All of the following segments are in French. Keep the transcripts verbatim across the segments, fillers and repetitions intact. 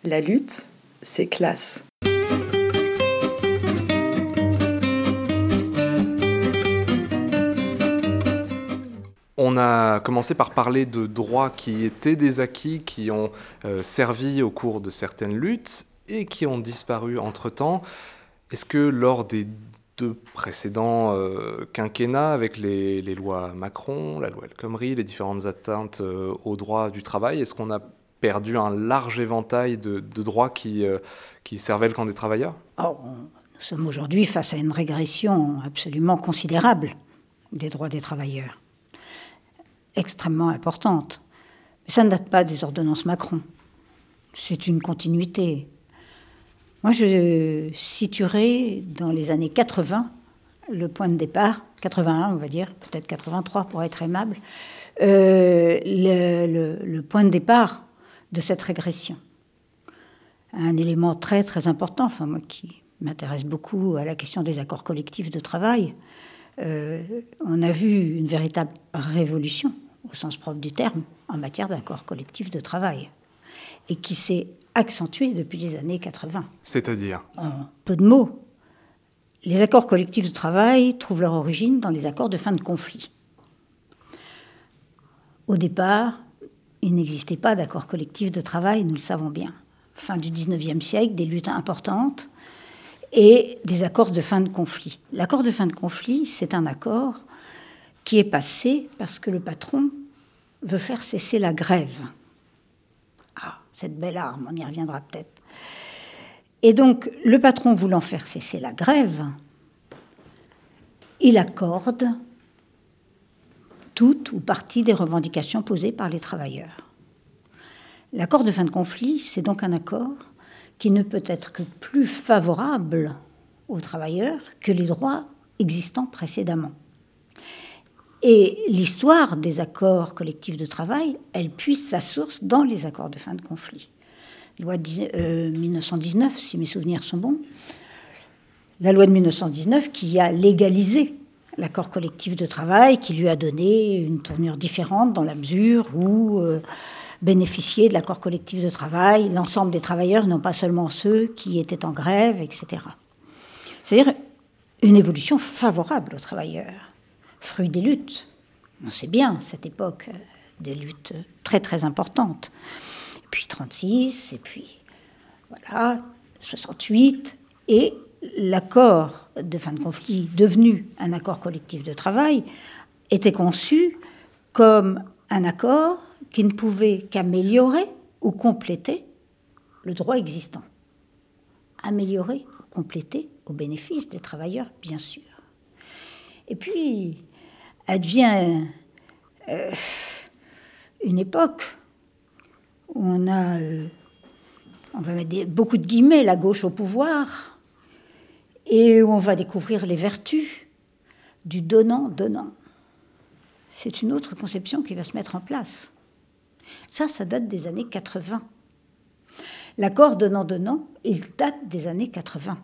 La lutte, c'est classe. On a commencé par parler de droits qui étaient des acquis, qui ont euh, servi au cours de certaines luttes et qui ont disparu entre-temps. Est-ce que lors des deux précédents euh, quinquennats, avec les, les lois Macron, la loi El Khomri, les différentes atteintes euh, aux droits du travail, est-ce qu'on a perdu un large éventail de, de droits qui, euh, qui servaient le camp des travailleurs ? Or, nous sommes aujourd'hui face à une régression absolument considérable des droits des travailleurs, extrêmement importante. Mais ça ne date pas des ordonnances Macron. C'est une continuité. Moi, je situerai dans les années quatre-vingts le point de départ, quatre-vingt-un, on va dire, peut-être quatre-vingt-trois pour être aimable, euh, le, le, le point de départ de cette régression. Un élément très, très important, enfin, moi qui m'intéresse beaucoup à la question des accords collectifs de travail, euh, on a vu une véritable révolution, au sens propre du terme, en matière d'accords collectifs de travail, et qui s'est accentuée depuis les années quatre-vingts. C'est-à-dire ? En peu de mots, les accords collectifs de travail trouvent leur origine dans les accords de fin de conflit. Au départ, il n'existait pas d'accords collectifs de travail, nous le savons bien. Fin du dix-neuvième siècle, des luttes importantes et des accords de fin de conflit. L'accord de fin de conflit, c'est un accord qui est passé parce que le patron veut faire cesser la grève. Ah, cette belle arme, on y reviendra peut-être. Et donc, le patron voulant faire cesser la grève, il accorde toute ou partie des revendications posées par les travailleurs. L'accord de fin de conflit, c'est donc un accord qui ne peut être que plus favorable aux travailleurs que les droits existants précédemment. Et l'histoire des accords collectifs de travail, elle puise sa source dans les accords de fin de conflit. Loi de euh, mille neuf cent dix-neuf, si mes souvenirs sont bons, la loi de mille neuf cent dix-neuf qui a légalisé l'accord collectif de travail, qui lui a donné une tournure différente dans la mesure où euh, bénéficier de l'accord collectif de travail l'ensemble des travailleurs, non pas seulement ceux qui étaient en grève, et cetera. C'est-à-dire une évolution favorable aux travailleurs, fruit des luttes. On sait bien, cette époque, des luttes très très importantes. Puis trente-six, et puis voilà, soixante-huit, et l'accord de fin de conflit, devenu un accord collectif de travail, était conçu comme un accord qui ne pouvait qu'améliorer ou compléter le droit existant. Améliorer ou compléter au bénéfice des travailleurs, bien sûr. Et puis, advient euh, une époque où on a, euh, on va mettre des, beaucoup de guillemets, la gauche au pouvoir, et où on va découvrir les vertus du donnant-donnant. C'est une autre conception qui va se mettre en place. Ça, ça date des années quatre-vingts. L'accord donnant-donnant, il date des années quatre-vingts.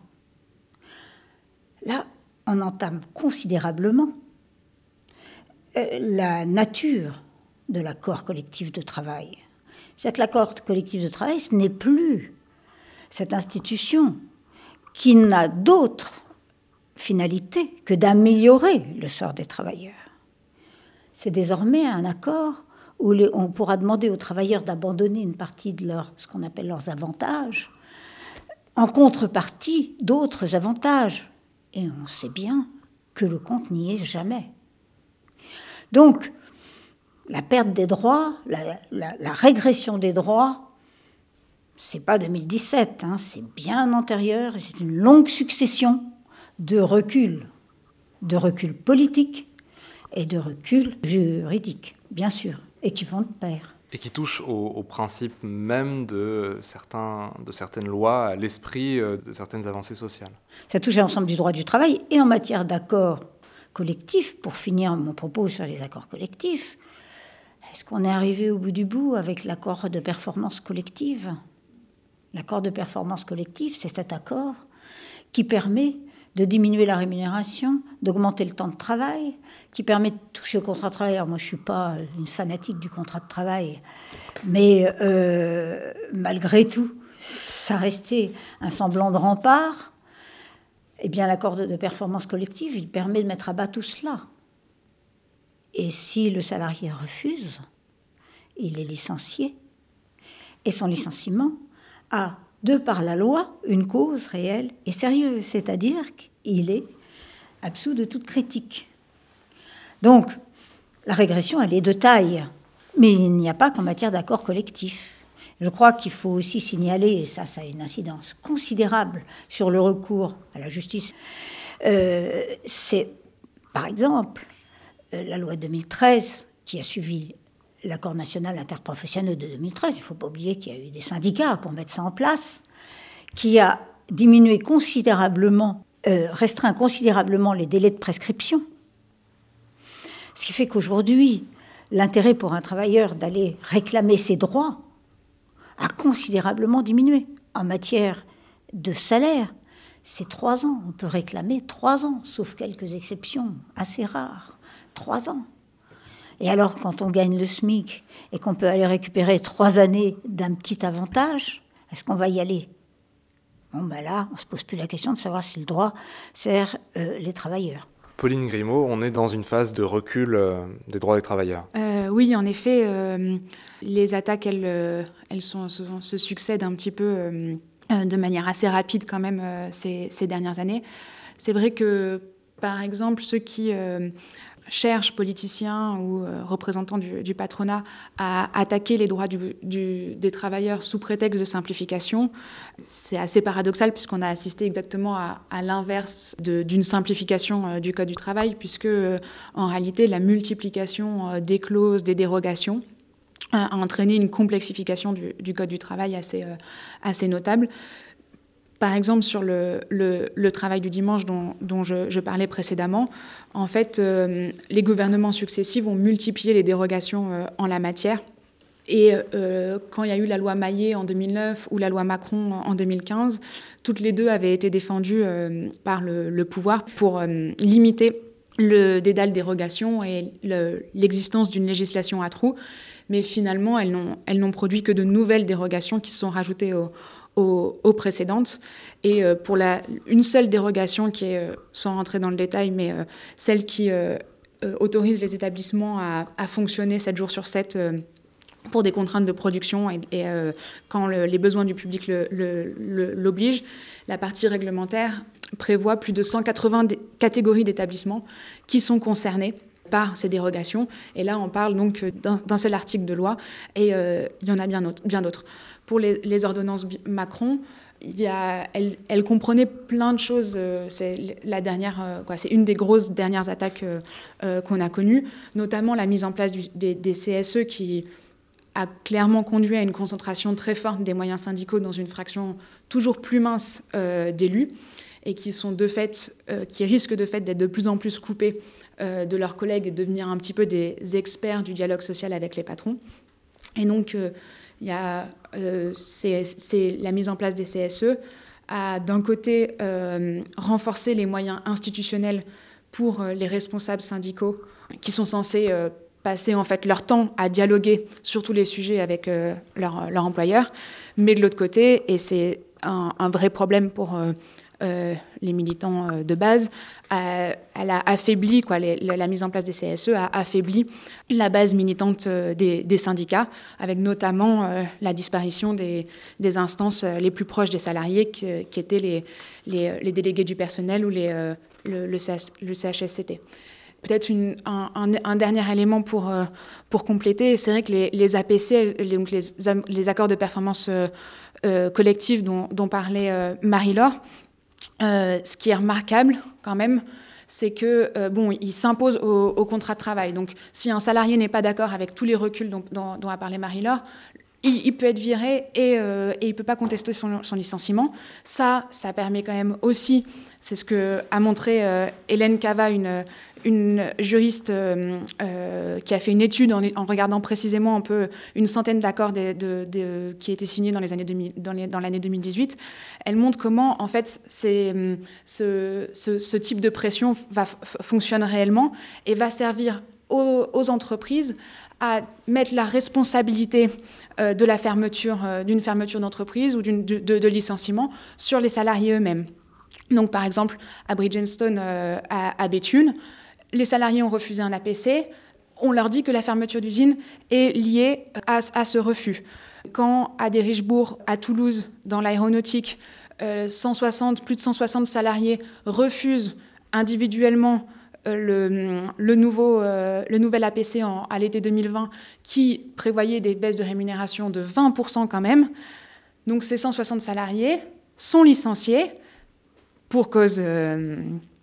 Là, on entame considérablement euh, la nature de l'accord collectif de travail. C'est que l'accord collectif de travail, ce n'est plus cette institution qui n'a d'autre finalité que d'améliorer le sort des travailleurs. C'est désormais un accord où les, on pourra demander aux travailleurs d'abandonner une partie de leur, ce qu'on appelle leurs avantages, en contrepartie d'autres avantages. Et on sait bien que le compte n'y est jamais. Donc, la perte des droits, la, la, la régression des droits, c'est pas deux mille dix-sept, hein, c'est bien antérieur, c'est une longue succession de reculs, de reculs politiques et de reculs juridiques, bien sûr, et qui vont de pair. Et qui touchent au, au principe même de, certains, de certaines lois, à l'esprit de certaines avancées sociales. Ça touche à l'ensemble du droit du travail, et en matière d'accords collectifs, pour finir mon propos sur les accords collectifs, est-ce qu'on est arrivé au bout du bout avec l'accord de performance collective ? L'accord de performance collective, c'est cet accord qui permet de diminuer la rémunération, d'augmenter le temps de travail, qui permet de toucher au contrat de travail. Alors moi, je ne suis pas une fanatique du contrat de travail, mais euh, malgré tout, ça restait un semblant de rempart, eh bien l'accord de, de performance collective, il permet de mettre à bas tout cela. Et si le salarié refuse, il est licencié. Et son licenciement a, de par la loi, une cause réelle et sérieuse, c'est-à-dire qu'il est absous de toute critique. Donc, la régression, elle est de taille, mais il n'y a pas qu'en matière d'accord collectif. Je crois qu'il faut aussi signaler, et ça, ça a une incidence considérable sur le recours à la justice. Euh, c'est, par exemple, euh, la loi de deux mille treize qui a suivi l'accord national interprofessionnel de deux mille treize. Il ne faut pas oublier qu'il y a eu des syndicats pour mettre ça en place, qui a diminué considérablement, euh, restreint considérablement les délais de prescription. Ce qui fait qu'aujourd'hui, l'intérêt pour un travailleur d'aller réclamer ses droits a considérablement diminué. En matière de salaire, c'est trois ans. On peut réclamer trois ans, sauf quelques exceptions assez rares. Trois ans. Et alors, quand on gagne le SMIC et qu'on peut aller récupérer trois années d'un petit avantage, est-ce qu'on va y aller ? Bon, ben là, on ne se pose plus la question de savoir si le droit sert euh, les travailleurs. Pauline Grimaud, on est dans une phase de recul euh, des droits des travailleurs. Euh, oui, en effet, euh, les attaques, elles, euh, elles sont, se, se succèdent un petit peu euh, de manière assez rapide quand même euh, ces, ces dernières années. C'est vrai que, par exemple, ceux qui euh, cherchent, politiciens ou euh, représentants du, du patronat, à attaquer les droits du, du, des travailleurs sous prétexte de simplification, c'est assez paradoxal puisqu'on a assisté exactement à, à l'inverse de, d'une simplification euh, du Code du travail, puisque euh, en réalité la multiplication euh, des clauses, des dérogations, euh, a entraîné une complexification du, du Code du travail assez, euh, assez notable. Par exemple, sur le, le, le travail du dimanche dont, dont je, je parlais précédemment, en fait, euh, les gouvernements successifs ont multiplié les dérogations euh, en la matière. Et euh, quand il y a eu la loi Maillet en deux mille neuf ou la loi Macron en deux mille quinze, toutes les deux avaient été défendues euh, par le, le pouvoir pour euh, limiter le dédale dérogation et le, l'existence d'une législation à trous. Mais finalement, elles n'ont, elles n'ont produit que de nouvelles dérogations qui se sont rajoutées au Aux, aux précédentes. Et euh, pour la, une seule dérogation qui est, euh, sans rentrer dans le détail, mais euh, celle qui euh, euh, autorise les établissements à, à fonctionner sept jours sur sept euh, pour des contraintes de production et, et euh, quand le, les besoins du public le, le, le, l'obligent, la partie réglementaire prévoit plus de cent quatre-vingts d- catégories d'établissements qui sont concernées par ces dérogations. Et là, on parle donc d'un, d'un seul article de loi, et euh, il y en a bien, autre, bien d'autres. Pour les, les ordonnances Macron, il y a, elle, elle comprenait plein de choses. Euh, c'est, la dernière, euh, quoi, c'est une des grosses dernières attaques euh, euh, qu'on a connues, notamment la mise en place du, des, des C S E qui a clairement conduit à une concentration très forte des moyens syndicaux dans une fraction toujours plus mince euh, d'élus, et qui sont de fait, euh, qui risquent de fait d'être de plus en plus coupés euh, de leurs collègues et de devenir un petit peu des experts du dialogue social avec les patrons. Et donc, euh, il y a, euh, c'est, c'est la mise en place des C S E a d'un côté euh, renforcé les moyens institutionnels pour euh, les responsables syndicaux qui sont censés euh, passer en fait leur temps à dialoguer sur tous les sujets avec euh, leur, leur employeur, mais de l'autre côté, et c'est un, un vrai problème pour euh, Euh, les militants euh, de base, euh, elle a affaibli, quoi, les, la mise en place des C S E a affaibli la base militante euh, des, des syndicats, avec notamment euh, la disparition des, des instances euh, les plus proches des salariés, qui, qui étaient les, les, les délégués du personnel ou les, euh, le, le, C H, le C H S C T. Peut-être une, un, un, un dernier élément pour, euh, pour compléter, c'est vrai que les, les A P C, les, donc les, les accords de performance euh, euh, collective dont, dont parlait euh, Marie-Laure, Euh, ce qui est remarquable quand même, c'est que euh, bon, il s'impose au, au contrat de travail. Donc, si un salarié n'est pas d'accord avec tous les reculs dont, dont, dont a parlé Marie-Laure, il, il peut être viré et, euh, et il ne peut pas contester son, son licenciement. Ça, ça permet quand même aussi, c'est ce que a montré euh, Hélène Cava, une, une juriste euh, euh, qui a fait une étude en, en regardant précisément un peu une centaine d'accords de, de, de, qui étaient signés dans, les années deux mille, dans, les, dans l'année deux mille dix-huit. Elle montre comment, en fait, c'est, ce, ce, ce type de pression va, f- fonctionne réellement et va servir aux, aux entreprises à mettre la responsabilité euh, de la fermeture, euh, d'une fermeture d'entreprise ou d'une, de, de, de licenciement sur les salariés eux-mêmes. Donc, par exemple, à Bridgestone, euh, à, à Béthune, les salariés ont refusé un A P C. On leur dit que la fermeture d'usine est liée à, à ce refus. Quand à Derichebourg, à Toulouse, dans l'aéronautique, euh, cent soixante, plus de cent soixante salariés refusent individuellement Le, le, nouveau, euh, le nouvel A P C en, à l'été deux mille vingt qui prévoyait des baisses de rémunération de vingt pour cent quand même. Donc ces cent soixante salariés sont licenciés pour cause euh,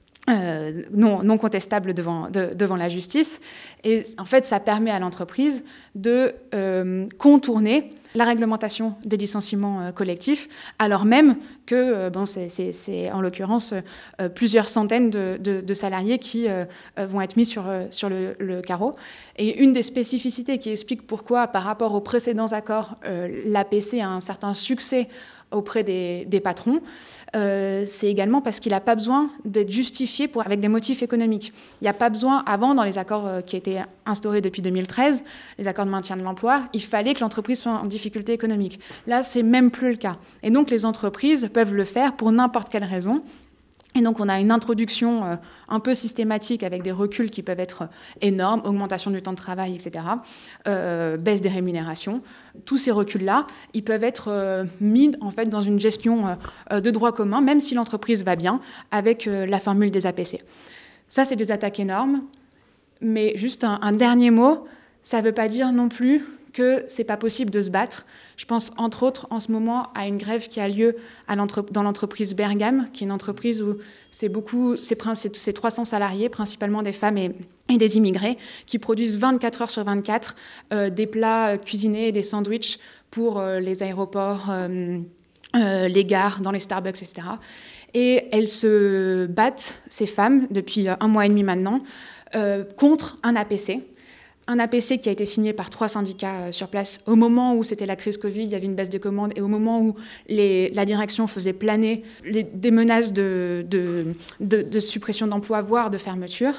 euh, non, non contestable devant, de, devant la justice. Et en fait, ça permet à l'entreprise de euh, contourner la réglementation des licenciements euh, collectifs, alors même que euh, bon, c'est, c'est, c'est en l'occurrence euh, plusieurs centaines de, de, de salariés qui euh, vont être mis sur, euh, sur le, le carreau. Et une des spécificités qui explique pourquoi, par rapport aux précédents accords, euh, l'A P C a un certain succès auprès des, des patrons, euh, c'est également parce qu'il n'a pas besoin d'être justifié pour, avec des motifs économiques. Il n'y a pas besoin, avant, dans les accords euh, qui étaient instaurés depuis deux mille treize, les accords de maintien de l'emploi, il fallait que l'entreprise soit en difficulté économique. Là, c'est même plus le cas. Et donc, les entreprises peuvent le faire pour n'importe quelle raison. Et donc, on a une introduction euh, un peu systématique avec des reculs qui peuvent être énormes, augmentation du temps de travail, et cetera, euh, baisse des rémunérations. Tous ces reculs-là, ils peuvent être euh, mis en fait, dans une gestion euh, de droit commun, même si l'entreprise va bien, avec euh, la formule des A P C. Ça, c'est des attaques énormes. Mais juste un, un dernier mot, ça ne veut pas dire non plus que c'est pas possible de se battre. Je pense entre autres en ce moment à une grève qui a lieu à dans l'entreprise Bergam, qui est une entreprise où c'est beaucoup, c'est, c'est trois cents salariés, principalement des femmes et, et des immigrés, qui produisent vingt-quatre heures sur vingt-quatre euh, des plats cuisinés et des sandwichs pour euh, les aéroports, euh, euh, les gares, dans les Starbucks, et cetera. Et elles se battent, ces femmes, depuis un mois et demi maintenant, euh, contre un A P C. Un A P C qui a été signé par trois syndicats sur place au moment où c'était la crise Covid, il y avait une baisse des commandes, et au moment où les, la direction faisait planer les, des menaces de, de, de, de suppression d'emplois, voire de fermeture.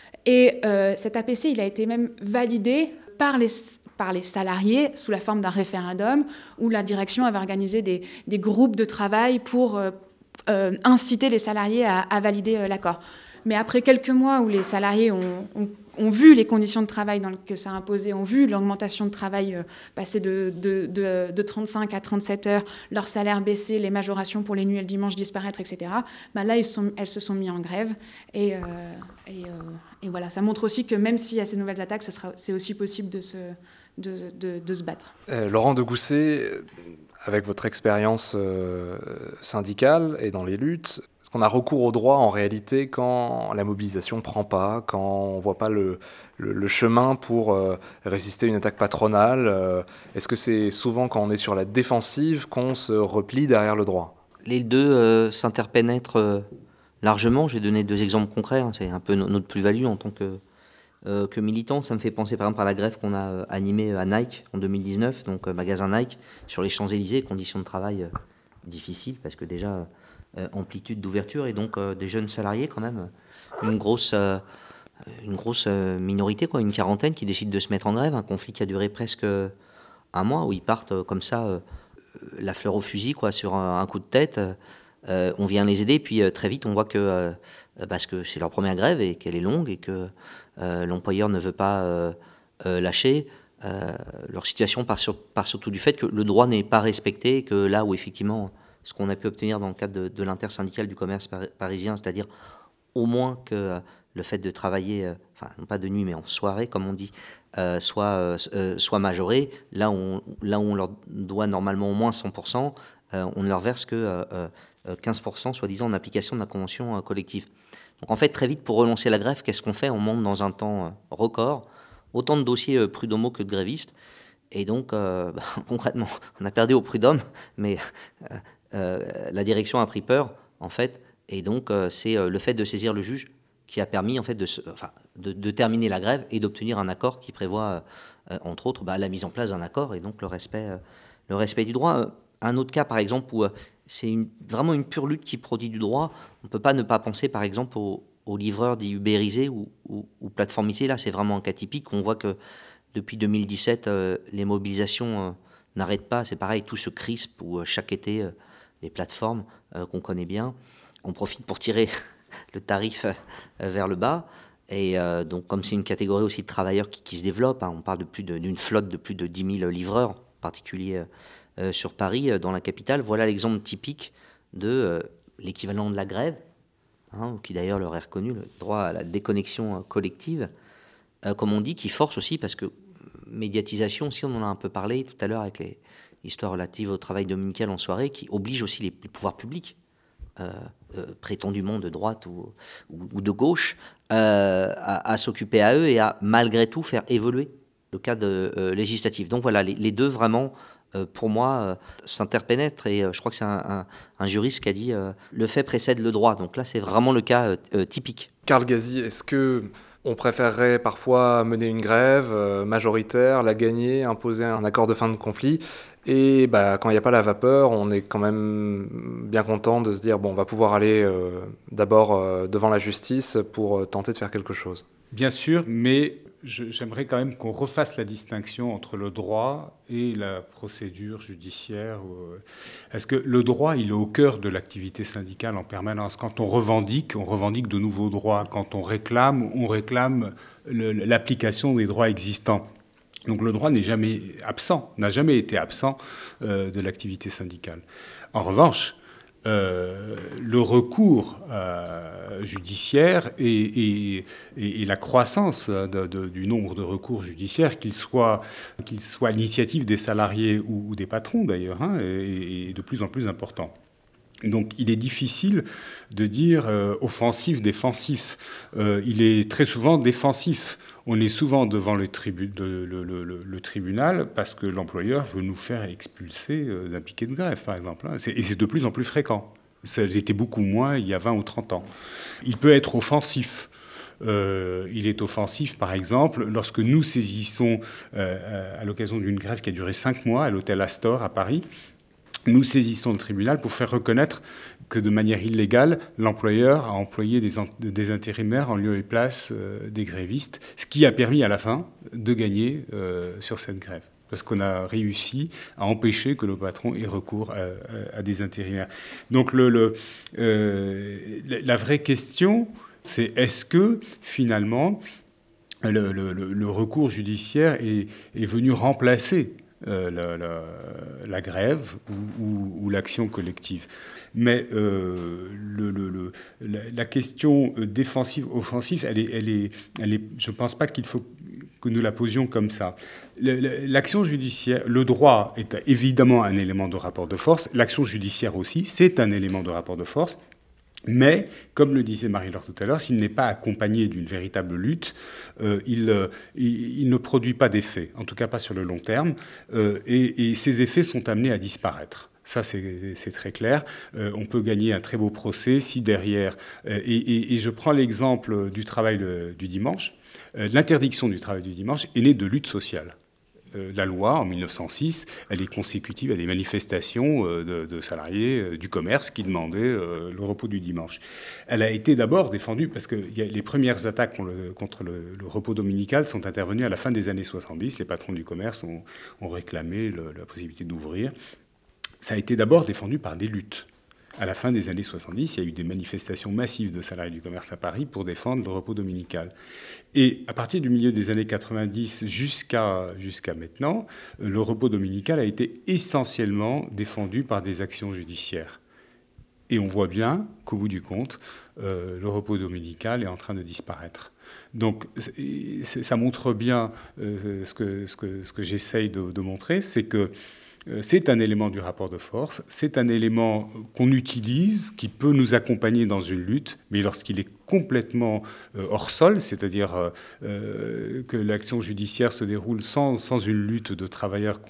Et euh, cet A P C, il a été même validé par les, par les salariés sous la forme d'un référendum, où la direction avait organisé des, des groupes de travail pour euh, euh, inciter les salariés à, à valider euh, l'accord. Mais après quelques mois où les salariés ont, ont, ont vu les conditions de travail dans le, que ça imposait, ont vu l'augmentation de travail euh, passer de, de, de, de trente-cinq à trente-sept heures, leur salaire baisser, les majorations pour les nuits et le dimanche disparaître, et cetera, bah là, ils sont, elles se sont mises en grève. Et, euh, et, euh, et voilà, ça montre aussi que même s'il y a ces nouvelles attaques, ça sera, c'est aussi possible de se, de, de, de se battre. Euh, Laurent de Gousset, avec votre expérience euh, syndicale et dans les luttes, est-ce qu'on a recours au droit en réalité quand la mobilisation ne prend pas, quand on ne voit pas le, le, le chemin pour euh, résister à une attaque patronale euh, Est-ce que c'est souvent quand on est sur la défensive qu'on se replie derrière le droit ? Les deux euh, s'interpénètrent euh, largement. Je vais donner deux exemples concrets. Hein. C'est un peu no- notre plus-value en tant que, euh, que militant. Ça me fait penser par exemple à la grève qu'on a euh, animée à Nike en deux mille dix-neuf, donc euh, magasin Nike, sur les Champs-Élysées, conditions de travail euh, difficiles parce que déjà... Euh, amplitude d'ouverture et donc euh, des jeunes salariés quand même, une grosse, euh, une grosse euh, minorité, quoi, une quarantaine qui décide de se mettre en grève, un conflit qui a duré presque un mois où ils partent euh, comme ça, euh, la fleur au fusil, quoi, sur un, un coup de tête. Euh, on vient les aider puis euh, très vite on voit que, euh, parce que c'est leur première grève et qu'elle est longue et que euh, l'employeur ne veut pas euh, euh, lâcher. Euh, leur situation part, sur, part surtout du fait que le droit n'est pas respecté, que là où effectivement ce qu'on a pu obtenir dans le cadre de, de l'intersyndicale du commerce par, parisien, c'est-à-dire au moins que euh, le fait de travailler, euh, enfin non pas de nuit mais en soirée comme on dit, euh, soit, euh, soit majoré, là où, on, là où on leur doit normalement au moins cent pour cent, euh, on ne leur verse que euh, euh, quinze pour cent soi-disant en application de la convention euh, collective. Donc en fait très vite pour relancer la grève, qu'est-ce qu'on fait ? On monte dans un temps euh, record, autant de dossiers euh, prud'homaux que de grévistes, et donc euh, bah, concrètement on a perdu au prud'homme, mais... Euh, Euh, la direction a pris peur, en fait, et donc euh, c'est euh, le fait de saisir le juge qui a permis, en fait, de, se, enfin, de, de terminer la grève et d'obtenir un accord qui prévoit, euh, entre autres, bah, la mise en place d'un accord et donc le respect, euh, le respect du droit. Euh, un autre cas, par exemple, où euh, c'est une, vraiment une pure lutte qui produit du droit, on ne peut pas ne pas penser, par exemple, au, aux livreurs dits ubérisés ou, ou, ou plateformisés. Là, c'est vraiment un cas typique. On voit que depuis deux mille dix-sept, euh, les mobilisations euh, n'arrêtent pas. C'est pareil, tout se crispe où euh, chaque été, euh, les plateformes euh, qu'on connaît bien, on profite pour tirer le tarif euh, vers le bas. Et euh, donc, comme c'est une catégorie aussi de travailleurs qui, qui se développe, hein, on parle de plus de, d'une flotte de plus de dix mille livreurs, en particulier euh, sur Paris, euh, dans la capitale. Voilà l'exemple typique de euh, l'équivalent de la grève, hein, qui d'ailleurs leur est reconnu, le droit à la déconnexion euh, collective, euh, comme on dit, qui force aussi, parce que médiatisation, aussi on en a un peu parlé tout à l'heure avec les histoires relatives au travail dominical en soirée, qui oblige aussi les, les pouvoirs publics, Euh, euh, prétendument de droite ou, ou, ou de gauche, euh, à, à s'occuper à eux et à malgré tout faire évoluer le cadre euh, législatif. Donc voilà, les, les deux vraiment, euh, pour moi, euh, s'interpénètrent et euh, je crois que c'est un, un, un juriste qui a dit euh, le fait précède le droit. Donc là, c'est vraiment le cas euh, typique. Karl Gazi, est-ce que on préférerait parfois mener une grève euh, majoritaire, la gagner, imposer un accord de fin de conflit, et bah, quand il n'y a pas la vapeur, on est quand même bien content de se dire bon, on va pouvoir aller euh, d'abord euh, devant la justice pour euh, tenter de faire quelque chose. Bien sûr, mais je, j'aimerais quand même qu'on refasse la distinction entre le droit et la procédure judiciaire. Parce que le droit, il est au cœur de l'activité syndicale en permanence. Quand on revendique, on revendique de nouveaux droits. Quand on réclame, on réclame le, l'application des droits existants. Donc le droit n'est jamais absent, n'a jamais été absent euh, de l'activité syndicale. En revanche, euh, le recours euh, judiciaire et, et, et la croissance de, de, du nombre de recours judiciaires, qu'ils soient, qu'ils soient à l'initiative des salariés ou, ou des patrons d'ailleurs, hein, est, est de plus en plus important. Donc il est difficile de dire euh, offensif, défensif. Euh, il est très souvent défensif. On est souvent devant le, tribu, de, le, le, le, le tribunal parce que l'employeur veut nous faire expulser euh, d'un piquet de grève, par exemple. Hein. C'est, et c'est de plus en plus fréquent. Ça l'était beaucoup moins il y a vingt ou trente ans. Il peut être offensif. Euh, il est offensif, par exemple, lorsque nous saisissons, euh, à l'occasion d'une grève qui a duré cinq mois à l'hôtel Astor à Paris, nous saisissons le tribunal pour faire reconnaître que de manière illégale, l'employeur a employé des, des intérimaires en lieu et place euh, des grévistes, ce qui a permis à la fin de gagner euh, sur cette grève. Parce qu'on a réussi à empêcher que le patron ait recours à, à, à des intérimaires. Donc le, le, euh, la vraie question, c'est est-ce que finalement le, le, le recours judiciaire est, est venu remplacer Euh, la, la, la grève ou, ou, ou l'action collective. Mais euh, le, le, le, la, la question défensive-offensive, elle est, elle est, elle est, je ne pense pas qu'il faut que nous la posions comme ça. L'action judiciaire, le droit est évidemment un élément de rapport de force, l'action judiciaire aussi, c'est un élément de rapport de force. Mais, comme le disait Marie-Laure tout à l'heure, s'il n'est pas accompagné d'une véritable lutte, euh, il, euh, il, il ne produit pas d'effet, en tout cas pas sur le long terme, euh, et, et ces effets sont amenés à disparaître. Ça, c'est, c'est très clair. Euh, on peut gagner un très beau procès si derrière... Euh, et, et, et je prends l'exemple du travail le, du dimanche. Euh, l'interdiction du travail du dimanche est née de lutte sociale. Euh, la loi, en mille neuf cent six, elle est consécutive à des manifestations euh, de, de salariés euh, du commerce qui demandaient euh, le repos du dimanche. Elle a été d'abord défendue parce que y a les premières attaques contre, le, contre le, le repos dominical sont intervenues à la fin des années soixante-dix. Les patrons du commerce ont, ont réclamé le, la possibilité d'ouvrir. Ça a été d'abord défendu par des luttes. À la fin des années soixante-dix, il y a eu des manifestations massives de salariés du commerce à Paris pour défendre le repos dominical. Et à partir du milieu des années quatre-vingt-dix jusqu'à, jusqu'à maintenant, le repos dominical a été essentiellement défendu par des actions judiciaires. Et on voit bien qu'au bout du compte, euh, le repos dominical est en train de disparaître. Donc c'est, ça montre bien euh, ce, que, ce, que, ce que j'essaye de, de montrer, c'est que c'est un élément du rapport de force, c'est un élément qu'on utilise, qui peut nous accompagner dans une lutte, mais lorsqu'il est complètement hors sol, c'est-à-dire euh, que l'action judiciaire se déroule sans, sans une lutte de travailleurs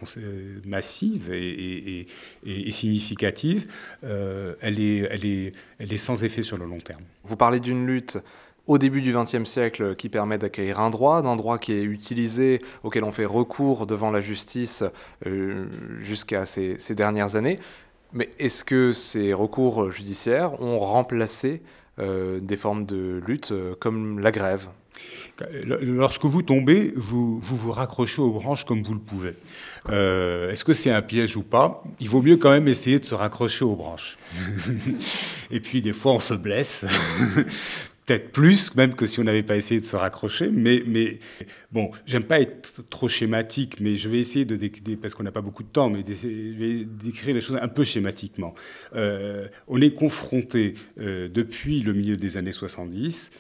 massive et, et, et, et significative, euh, elle, est, elle, est, elle est sans effet sur le long terme. Vous parlez d'une lutte au début du vingtième siècle qui permet d'acquérir un droit, d'un droit qui est utilisé, auquel on fait recours devant la justice euh, jusqu'à ces, ces dernières années. Mais est-ce que ces recours judiciaires ont remplacé euh, des formes de lutte euh, comme la grève. Lorsque vous tombez, vous, vous vous raccrochez aux branches comme vous le pouvez. Euh, est-ce que c'est un piège ou pas? Il vaut mieux quand même essayer de se raccrocher aux branches. Et puis des fois on se blesse. Peut-être plus même que si on n'avait pas essayé de se raccrocher, mais, mais bon, j'aime pas être trop schématique, mais je vais essayer de décrire, parce qu'on n'a pas beaucoup de temps, mais je vais décrire les choses un peu schématiquement. Euh, on est confronté euh, depuis le milieu des années soixante-dix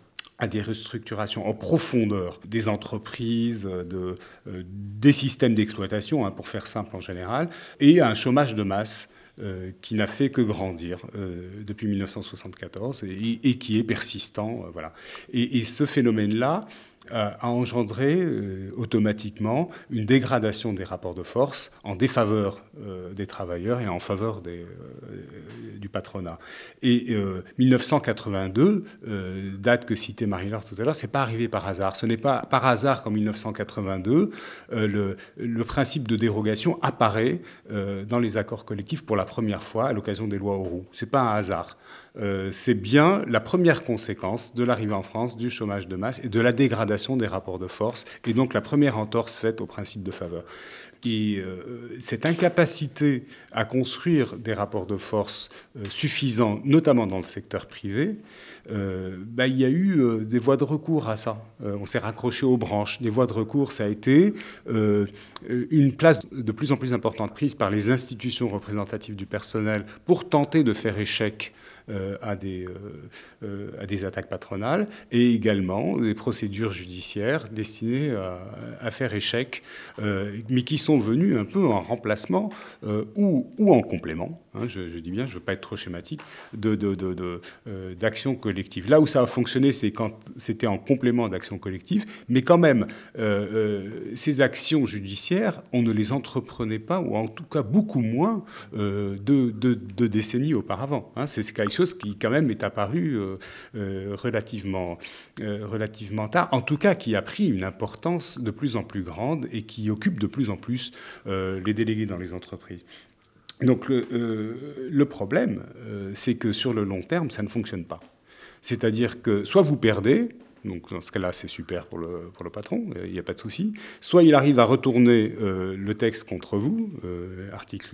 à des restructurations en profondeur des entreprises, de, euh, des systèmes d'exploitation, hein, pour faire simple en général, et à un chômage de masse Euh, qui n'a fait que grandir euh, depuis mille neuf cent soixante-quatorze et, et qui est persistant. Euh, voilà. et, et ce phénomène-là euh, a engendré euh, automatiquement une dégradation des rapports de force en défaveur euh, des travailleurs et en faveur des, euh, du patronat. Et euh, mille neuf cent quatre-vingt-deux, euh, date que citait Marie-Laure tout à l'heure, c'est pas arrivé par hasard. Ce n'est pas par hasard qu'en mille neuf cent quatre-vingt-deux, euh, le, le principe de dérogation apparaît euh, dans les accords collectifs pour la première fois à l'occasion des lois Auroux. C'est pas un hasard. Euh, c'est bien la première conséquence de l'arrivée en France du chômage de masse et de la dégradation des rapports de force, et donc la première entorse faite au principe de faveur. Et euh, cette incapacité à construire des rapports de force euh, suffisants, notamment dans le secteur privé, euh, bah, il y a eu euh, des voies de recours à ça. Euh, on s'est raccroché aux branches. Des voies de recours, ça a été euh, une place de plus en plus importante prise par les institutions représentatives du personnel pour tenter de faire échec Euh, à, des, euh, euh, à des attaques patronales, et également des procédures judiciaires destinées à, à faire échec, euh, mais qui sont venues un peu en remplacement euh, ou, ou en complément, hein, je, je dis bien, je ne veux pas être trop schématique, de, de, de, de, euh, d'actions collectives. Là où ça a fonctionné, c'est quand c'était en complément d'actions collectives, mais quand même, euh, euh, ces actions judiciaires, on ne les entreprenait pas, ou en tout cas beaucoup moins, euh, de, de, de décennies auparavant. Hein. C'est quelque chose qui quand même est apparu euh, euh, relativement, euh, relativement tard, en tout cas qui a pris une importance de plus en plus grande et qui occupe de plus en plus euh, les délégués dans les entreprises. Donc le, euh, le problème, euh, c'est que sur le long terme, ça ne fonctionne pas. C'est-à-dire que soit vous perdez, donc dans ce cas-là, c'est super pour le, pour le patron, il n'y a pas de souci. Soit il arrive à retourner euh, le texte contre vous, euh, article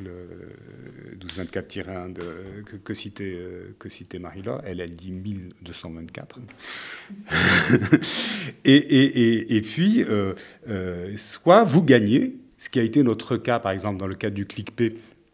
douze vingt-quatre tiret un de, que, que citait, euh, que citait Marie-Laure, elle, elle dit mille deux cent vingt-quatre. et, et, et, et puis, euh, euh, soit vous gagnez, ce qui a été notre cas, par exemple, dans le cadre du CLICP,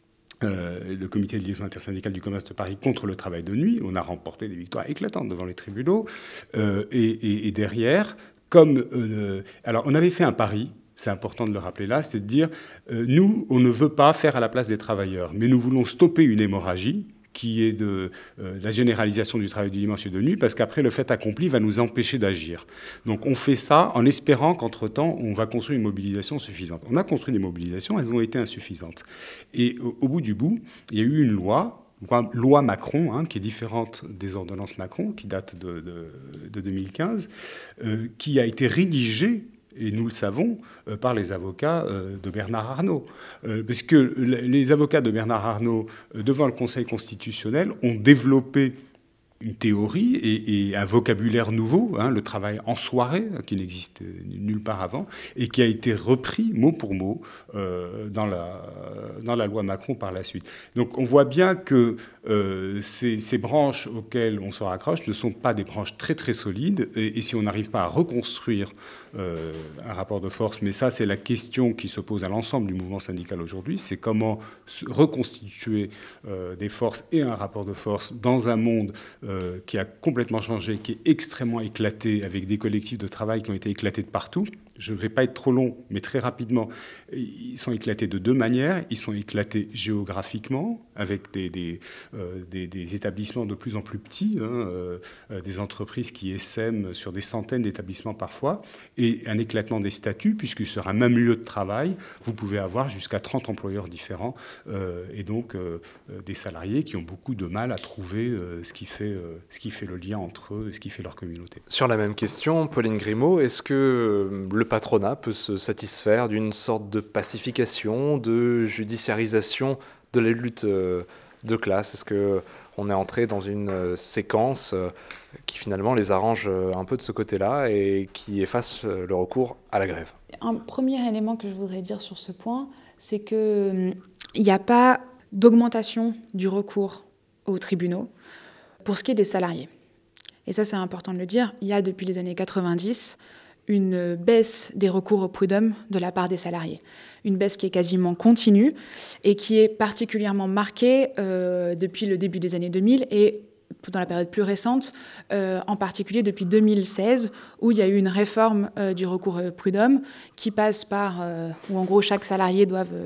Euh, le comité de liaison intersyndicale du commerce de Paris contre le travail de nuit. On a remporté des victoires éclatantes devant les tribunaux. Euh, et, et, et derrière, comme... Euh, alors, on avait fait un pari, c'est important de le rappeler là, c'est de dire, euh, nous, on ne veut pas faire à la place des travailleurs, mais nous voulons stopper une hémorragie qui est de euh, la généralisation du travail du dimanche et de nuit, parce qu'après, le fait accompli va nous empêcher d'agir. Donc on fait ça en espérant qu'entre-temps, on va construire une mobilisation suffisante. On a construit des mobilisations, elles ont été insuffisantes. Et au, au bout du bout, il y a eu une loi, loi Macron, hein, qui est différente des ordonnances Macron, qui date de, de, de deux mille quinze, euh, qui a été rédigée, et nous le savons, euh, par les avocats euh, de Bernard Arnault. Euh, parce que les avocats de Bernard Arnault, euh, devant le Conseil constitutionnel, ont développé une théorie et, et un vocabulaire nouveau, hein, le travail en soirée, qui n'existe nulle part avant, et qui a été repris mot pour mot euh, dans, la, dans la loi Macron par la suite. Donc on voit bien que euh, ces, ces branches auxquelles on se raccroche ne sont pas des branches très très solides, et, et si on n'arrive pas à reconstruire euh, un rapport de force, mais ça c'est la question qui se pose à l'ensemble du mouvement syndical aujourd'hui, c'est comment reconstituer euh, des forces et un rapport de force dans un monde euh, Euh, qui a complètement changé, qui est extrêmement éclaté, avec des collectifs de travail qui ont été éclatés de partout. Je ne vais pas être trop long, mais très rapidement, ils sont éclatés de deux manières. Ils sont éclatés géographiquement, avec des, des, euh, des, des établissements de plus en plus petits, hein, euh, des entreprises qui essaiment sur des centaines d'établissements parfois, et un éclatement des statuts, puisque sur un même lieu de travail, vous pouvez avoir jusqu'à trente employeurs différents, euh, et donc euh, des salariés qui ont beaucoup de mal à trouver euh, ce qui fait, euh, ce qui fait le lien entre eux et ce qui fait leur communauté. Sur la même question, Pauline Grimaud, est-ce que le patronat peut se satisfaire d'une sorte de pacification, de judiciarisation de la lutte de classe? Est-ce qu'on est entré dans une euh, séquence euh, qui finalement les arrange euh, un peu de ce côté-là et qui efface euh, le recours à la grève? Un premier élément que je voudrais dire sur ce point, c'est qu'il n'y a pas d'augmentation du recours aux tribunaux pour ce qui est des salariés. Et ça, c'est important de le dire. Il y a depuis les années quatre-vingt-dix une baisse des recours au prud'homme de la part des salariés. Une baisse qui est quasiment continue et qui est particulièrement marquée euh, depuis le début des années deux mille et dans la période plus récente, euh, en particulier depuis deux mille seize, où il y a eu une réforme euh, du recours au prud'homme qui passe par, euh, où en gros chaque salarié doit... Euh,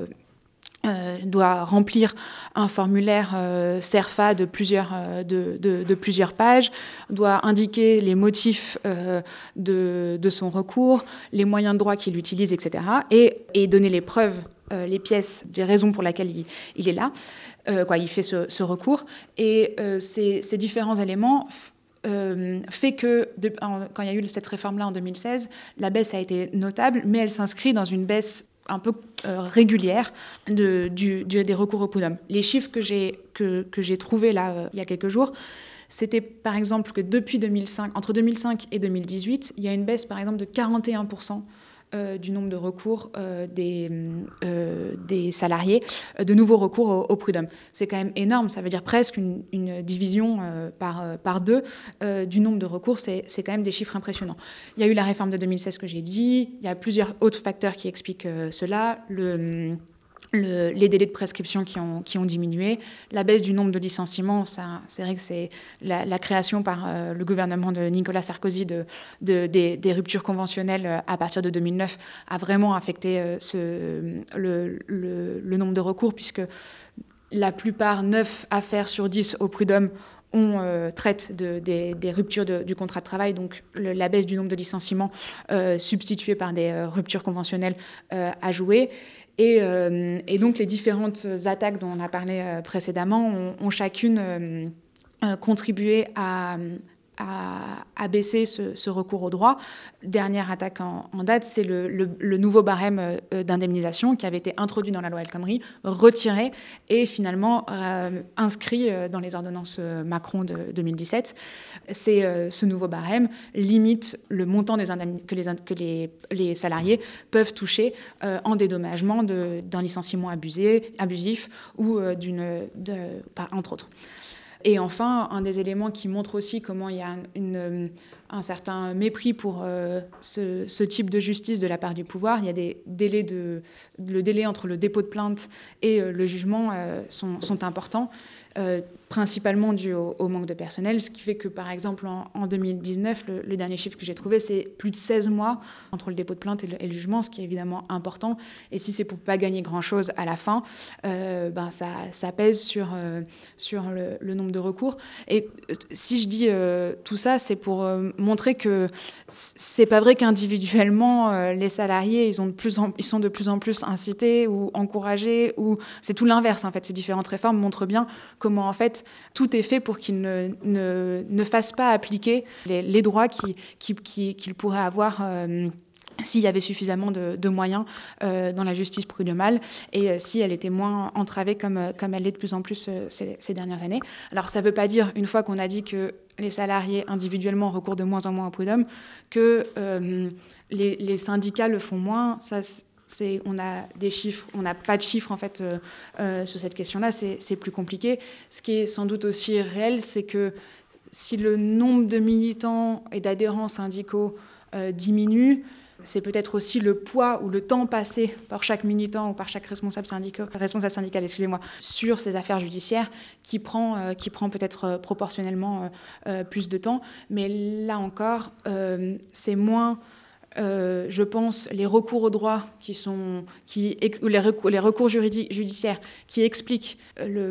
Euh, doit remplir un formulaire euh, CERFA de plusieurs, euh, de, de, de plusieurs pages, doit indiquer les motifs euh, de, de son recours, les moyens de droit qu'il utilise, et cetera, et, et donner les preuves, euh, les pièces, des raisons pour lesquelles il, il est là, euh, quoi, il fait ce, ce recours. Et euh, ces, ces différents éléments Euh, fait que, de, en, quand il y a eu cette réforme-là en deux mille seize, la baisse a été notable, mais elle s'inscrit dans une baisse un peu euh, régulière de, du, du, des recours au prud'homme. Les chiffres que j'ai, que, que j'ai trouvés là, euh, il y a quelques jours, c'était par exemple que depuis deux mille cinq, entre deux mille cinq et deux mille dix-huit, il y a une baisse par exemple de quarante et un pour cent Euh, du nombre de recours euh, des, euh, des salariés, euh, de nouveaux recours au, au prud'homme. C'est quand même énorme, ça veut dire presque une, une division euh, par, euh, par deux euh, du nombre de recours, c'est, c'est quand même des chiffres impressionnants. Il y a eu la réforme de deux mille seize que j'ai dit, il y a plusieurs autres facteurs qui expliquent euh, cela, le... Le, les délais de prescription qui ont, qui ont diminué, la baisse du nombre de licenciements, ça, c'est vrai que c'est la, la création par euh, le gouvernement de Nicolas Sarkozy de, de, des, des ruptures conventionnelles euh, à partir de deux mille neuf a vraiment affecté euh, ce, le, le, le nombre de recours, puisque la plupart, neuf affaires sur dix au prud'homme, on euh, traite de, des, des ruptures de, du contrat de travail, donc le, la baisse du nombre de licenciements euh, substituée par des euh, ruptures conventionnelles euh, a joué. Et, euh, et donc les différentes attaques dont on a parlé euh, précédemment ont, ont chacune euh, euh, contribué à, à, à baisser ce, ce recours au droit. Dernière attaque en, en date, c'est le, le, le nouveau barème euh, d'indemnisation qui avait été introduit dans la loi El Khomri, retiré et finalement euh, inscrit euh, dans les ordonnances Macron de deux mille dix-sept. C'est, euh, ce nouveau barème limite le montant des indemni- que, les, que les, les salariés peuvent toucher euh, en dédommagement de, d'un licenciement abusé, abusif ou euh, d'une, de, entre autres. Et enfin, un des éléments qui montre aussi comment il y a une, un certain mépris pour euh, ce, ce type de justice de la part du pouvoir, il y a des délais de, le délai entre le dépôt de plainte et euh, le jugement euh, sont, sont importants, euh, principalement dû au, au manque de personnel, ce qui fait que, par exemple, en, en deux mille dix-neuf, le, le dernier chiffre que j'ai trouvé, c'est plus de seize mois entre le dépôt de plainte et le, et le jugement, ce qui est évidemment important. Et si c'est pour ne pas gagner grand-chose à la fin, euh, ben ça, ça pèse sur, euh, sur le, le nombre de recours. Et euh, si je dis euh, tout ça, c'est pour euh, montrer que c'est pas vrai qu'individuellement, euh, les salariés, ils, ont de plus en, ils sont de plus en plus incités ou encouragés, ou c'est tout l'inverse, en fait. Ces différentes réformes montrent bien comment, en fait, tout est fait pour qu'ils ne, ne, ne fassent pas appliquer les, les droits qui, qui, qui, qu'ils pourraient avoir euh, s'il y avait suffisamment de, de moyens euh, dans la justice prud'homale et euh, si elle était moins entravée comme, comme elle l'est de plus en plus euh, ces, ces dernières années. Alors ça ne veut pas dire, une fois qu'on a dit que les salariés individuellement recourent de moins en moins au prud'homme, que euh, les, les syndicats le font moins. Ça, c'est, on a des chiffres, on n'a pas de chiffres en fait euh, euh, sur cette question-là, c'est, c'est plus compliqué. Ce qui est sans doute aussi réel, c'est que si le nombre de militants et d'adhérents syndicaux euh, diminue, c'est peut-être aussi le poids ou le temps passé par chaque militant ou par chaque responsable syndical, responsable syndical excusez-moi, sur ces affaires judiciaires qui prend, euh, qui prend peut-être euh, proportionnellement euh, euh, plus de temps. Mais là encore, euh, c'est moins... Euh, je pense, les recours au droit, qui sont, qui, les, recours, les recours juridiques, judiciaires qui expliquent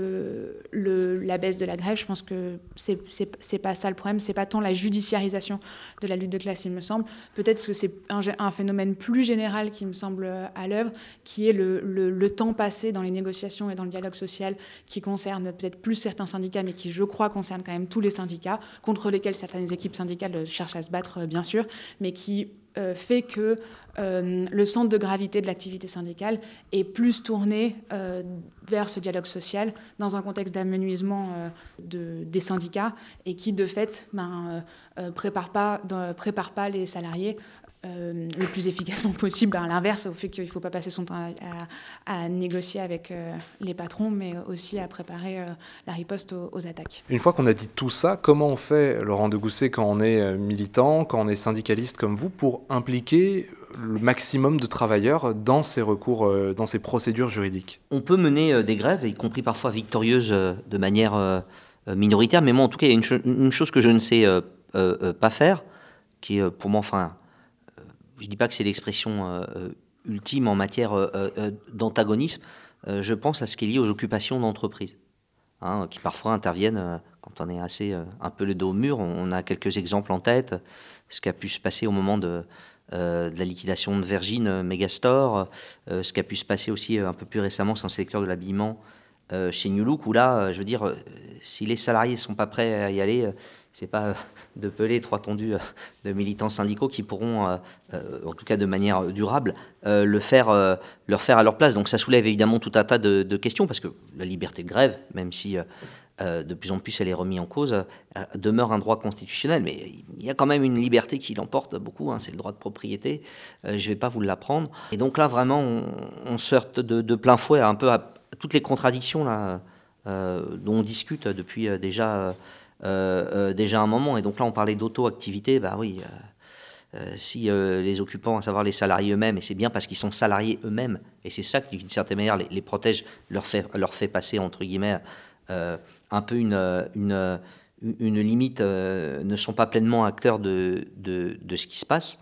le, le, la baisse de la grève, je pense que c'est, c'est, c'est pas ça le problème, c'est pas tant la judiciarisation de la lutte de classe, il me semble. Peut-être que c'est un, un phénomène plus général qui me semble à l'œuvre, qui est le, le, le temps passé dans les négociations et dans le dialogue social, qui concerne peut-être plus certains syndicats, mais qui, je crois, concerne quand même tous les syndicats, contre lesquels certaines équipes syndicales cherchent à se battre, bien sûr, mais qui euh, fait que euh, le centre de gravité de l'activité syndicale est plus tourné euh, vers ce dialogue social dans un contexte d'amenuisement euh, de, des syndicats et qui, de fait, ben, euh, prépare pas, dans, prépare pas les salariés Euh, le plus efficacement possible, à l'inverse, au fait qu'il ne faut pas passer son temps à, à, à négocier avec euh, les patrons, mais aussi à préparer euh, la riposte aux, aux attaques. Une fois qu'on a dit tout ça, comment on fait, Laurent de Gousset, quand on est militant, quand on est syndicaliste comme vous, pour impliquer le maximum de travailleurs dans ces recours, euh, dans ces procédures juridiques? On peut mener euh, des grèves, y compris parfois victorieuses, euh, de manière euh, minoritaire, mais moi, en tout cas, il y a une, cho- une chose que je ne sais euh, euh, pas faire, qui est euh, pour moi, enfin, je ne dis pas que c'est l'expression euh, ultime en matière euh, euh, d'antagonisme, euh, je pense à ce qui est lié aux occupations d'entreprise, hein, qui parfois interviennent euh, quand on est assez euh, un peu le dos au mur. On, on a quelques exemples en tête, ce qui a pu se passer au moment de, euh, de la liquidation de Virgin euh, Megastore, euh, ce qui a pu se passer aussi euh, un peu plus récemment dans le secteur de l'habillement euh, chez New Look, où là, euh, je veux dire, euh, si les salariés ne sont pas prêts à y aller, euh, c'est pas euh, de peler trois tondus euh, de militants syndicaux qui pourront, euh, euh, en tout cas de manière durable, euh, le faire, euh, leur faire à leur place. Donc ça soulève évidemment tout un tas de, de questions, parce que la liberté de grève, même si euh, euh, de plus en plus elle est remise en cause, euh, demeure un droit constitutionnel. Mais il y a quand même une liberté qui l'emporte beaucoup, hein, c'est le droit de propriété. Euh, je ne vais pas vous l'apprendre. Et donc là, vraiment, on, on se heurte de, de plein fouet un peu à, à toutes les contradictions là, euh, dont on discute depuis euh, déjà... Euh, Euh, euh, déjà un moment. Et donc là, on parlait d'auto-activité. Bah oui, euh, euh, si euh, les occupants, à savoir les salariés eux-mêmes, et c'est bien parce qu'ils sont salariés eux-mêmes, et c'est ça qui, d'une certaine manière, les, les protège, leur fait, leur fait passer, entre guillemets, euh, un peu une, une, une limite, euh, ne sont pas pleinement acteurs de, de, de ce qui se passe,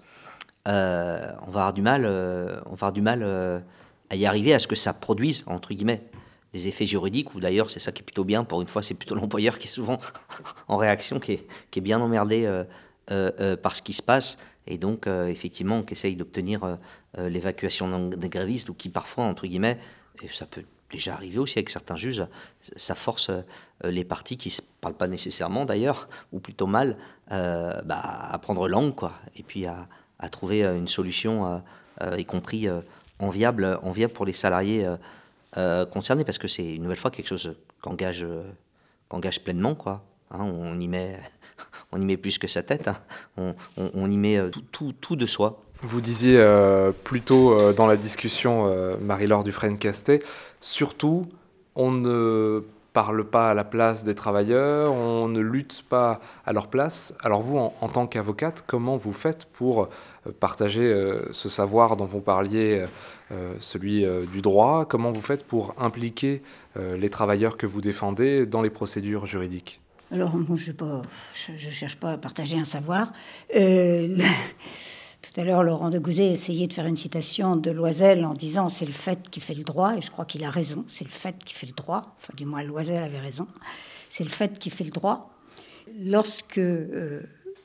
euh, on va avoir du mal, euh, on va avoir du mal euh, à y arriver, à ce que ça produise, entre guillemets, des effets juridiques, ou d'ailleurs c'est ça qui est plutôt bien, pour une fois c'est plutôt l'employeur qui est souvent en réaction, qui est, qui est bien emmerdé euh, euh, euh, par ce qui se passe, et donc euh, effectivement qui essaye d'obtenir euh, l'évacuation des grévistes, ou qui parfois, entre guillemets, et ça peut déjà arriver aussi avec certains juges, ça force euh, les parties qui ne se parlent pas nécessairement d'ailleurs, ou plutôt mal, euh, bah, à prendre langue, quoi, et puis à, à trouver une solution, euh, euh, y compris euh, enviable, enviable pour les salariés euh, Euh, concerné, parce que c'est une nouvelle fois quelque chose qu'engage, euh, qu'engage pleinement, quoi. Hein, on y met, on y met plus que sa tête. Hein. On, on, on y met tout, tout, tout de soi. Vous disiez euh, plus tôt euh, dans la discussion, euh, Marie-Laure Dufresne-Castet, surtout, on ne parle pas à la place des travailleurs, on ne lutte pas à leur place. Alors vous, en, en tant qu'avocate, comment vous faites pour partager euh, ce savoir dont vous parliez, euh, celui euh, du droit? Comment vous faites pour impliquer euh, les travailleurs que vous défendez dans les procédures juridiques? Alors, moi, je ne cherche pas à partager un savoir. Euh, tout à l'heure, Laurent de Gousset essayait de faire une citation de Loisel en disant « c'est le fait qui fait le droit », et je crois qu'il a raison, c'est le fait qui fait le droit. Enfin, du moins, Loisel avait raison. C'est le fait qui fait le droit. Lorsque... Euh,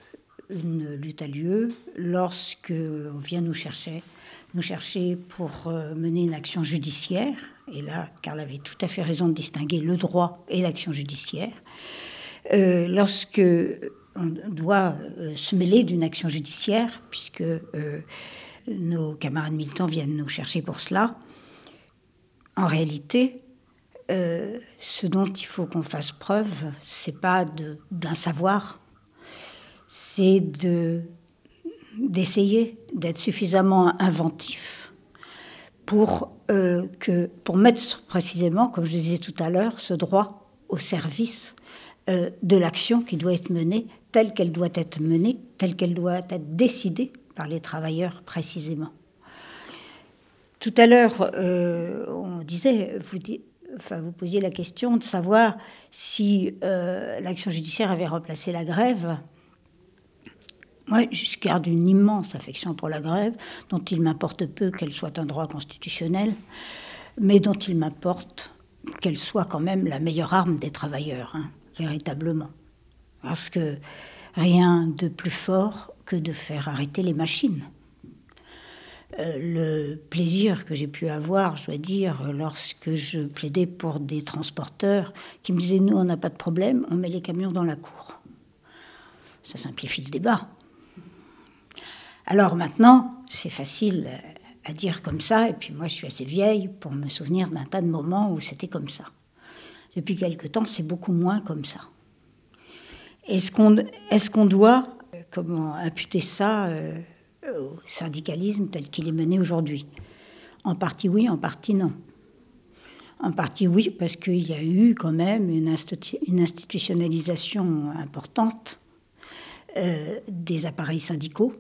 une lutte a lieu, lorsque on vient nous chercher, nous chercher pour mener une action judiciaire, et là, Karl avait tout à fait raison de distinguer le droit et l'action judiciaire, euh, lorsque on doit euh, se mêler d'une action judiciaire, puisque euh, nos camarades militants viennent nous chercher pour cela, en réalité, euh, ce dont il faut qu'on fasse preuve, c'est pas de, d'un savoir, c'est de, d'essayer d'être suffisamment inventif pour, euh, que, pour mettre précisément, comme je le disais tout à l'heure, ce droit au service euh, de l'action qui doit être menée telle qu'elle doit être menée, telle qu'elle doit être décidée par les travailleurs précisément. Tout à l'heure, euh, on disait, vous dites, Enfin, vous posiez la question de savoir si euh, l'action judiciaire avait remplacé la grève. Moi, je garde une immense affection pour la grève, dont il m'importe peu qu'elle soit un droit constitutionnel, mais dont il m'importe qu'elle soit quand même la meilleure arme des travailleurs, hein, véritablement. Parce que rien de plus fort que de faire arrêter les machines. Euh, le plaisir que j'ai pu avoir, je dois dire, lorsque je plaidais pour des transporteurs qui me disaient « nous, on n'a pas de problème, on met les camions dans la cour ». Ça simplifie le débat. Alors maintenant, c'est facile à dire comme ça, et puis moi je suis assez vieille pour me souvenir d'un tas de moments où c'était comme ça. Depuis quelque temps, c'est beaucoup moins comme ça. Est-ce qu'on, est-ce qu'on doit, comment, imputer ça euh, au syndicalisme tel qu'il est mené aujourd'hui ? En partie oui, en partie non. En partie oui, parce qu'il y a eu quand même une, institu- une institutionnalisation importante euh, des appareils syndicaux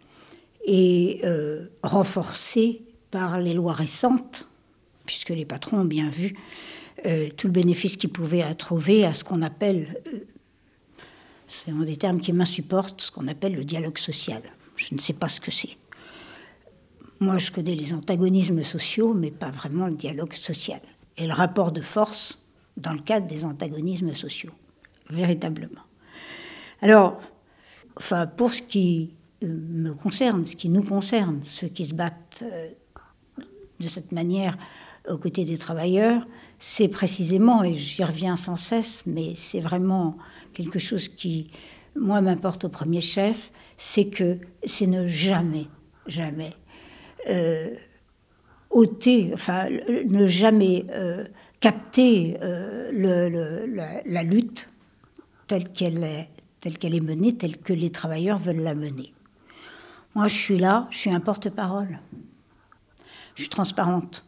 et euh, renforcée par les lois récentes, puisque les patrons ont bien vu euh, tout le bénéfice qu'ils pouvaient trouver à ce qu'on appelle, euh, c'est un des termes qui m'insupportent, ce qu'on appelle le dialogue social. Je ne sais pas ce que c'est. Moi, je connais les antagonismes sociaux, mais pas vraiment le dialogue social. Et le rapport de force dans le cadre des antagonismes sociaux, véritablement. Alors, enfin, pour ce qui me concerne, ce qui nous concerne, ceux qui se battent euh, de cette manière aux côtés des travailleurs, c'est précisément, et j'y reviens sans cesse, mais c'est vraiment quelque chose qui, moi, m'importe au premier chef, c'est que c'est ne jamais, jamais euh, ôter, enfin, ne jamais euh, capter euh, le, le, la, la lutte telle qu'elle est, telle qu'elle est menée, telle que les travailleurs veulent la mener. Moi, je suis là, je suis un porte-parole. Je suis transparente.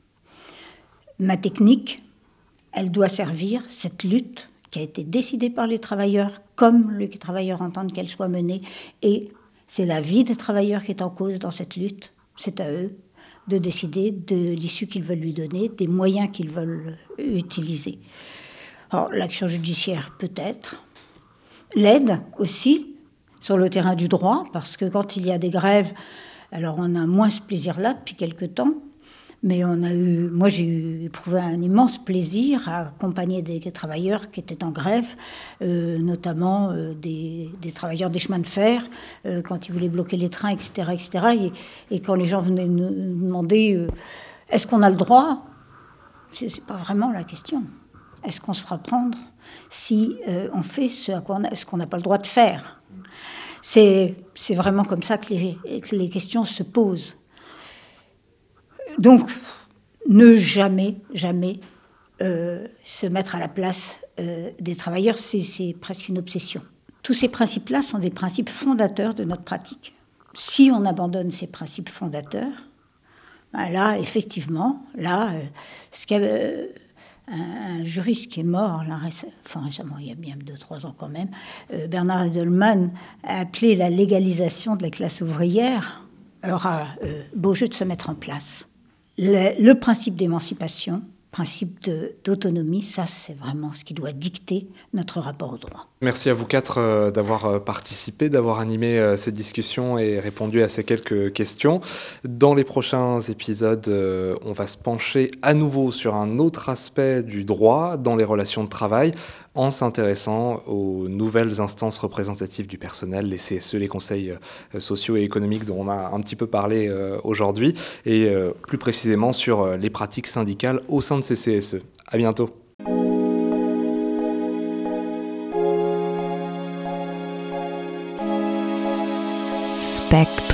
Ma technique, elle doit servir cette lutte qui a été décidée par les travailleurs, comme les travailleurs entendent qu'elle soit menée. Et c'est la vie des travailleurs qui est en cause dans cette lutte. C'est à eux de décider de l'issue qu'ils veulent lui donner, des moyens qu'ils veulent utiliser. Alors, l'action judiciaire, peut-être. L'aide aussi, sur le terrain du droit, parce que quand il y a des grèves, alors on a moins ce plaisir-là depuis quelque temps, mais on a eu, moi j'ai eu, éprouvé un immense plaisir à accompagner des travailleurs qui étaient en grève, euh, notamment euh, des, des travailleurs des chemins de fer, euh, quand ils voulaient bloquer les trains, et cetera, et cetera. Et, et quand les gens venaient nous demander euh, est-ce qu'on a le droit ? C'est, c'est pas vraiment la question. Est-ce qu'on se fera prendre si euh, on fait ce, à quoi on a, ce qu'on n'a pas le droit de faire ? C'est, c'est vraiment comme ça que les, que les questions se posent. Donc, ne jamais, jamais euh, se mettre à la place euh, des travailleurs, c'est, c'est presque une obsession. Tous ces principes-là sont des principes fondateurs de notre pratique. Si on abandonne ces principes fondateurs, ben là, effectivement, là, euh, ce qu'il y a, euh, un, un juriste qui est mort, là, récemment, enfin récemment, il y a bien deux, trois ans quand même, euh, Bernard Edelman a appelé la légalisation de la classe ouvrière, aura euh, beau jeu de se mettre en place. Le, le principe d'émancipation, principe de, d'autonomie, ça c'est vraiment ce qui doit dicter notre rapport au droit. Merci à vous quatre euh, d'avoir euh, participé, d'avoir animé euh, cette discussion et répondu à ces quelques questions. Dans les prochains épisodes, euh, on va se pencher à nouveau sur un autre aspect du droit dans les relations de travail, en s'intéressant aux nouvelles instances représentatives du personnel, les C S E, les conseils euh, sociaux et économiques dont on a un petit peu parlé euh, aujourd'hui, et euh, plus précisément sur euh, les pratiques syndicales au sein de ces C S E. À bientôt. Spectre.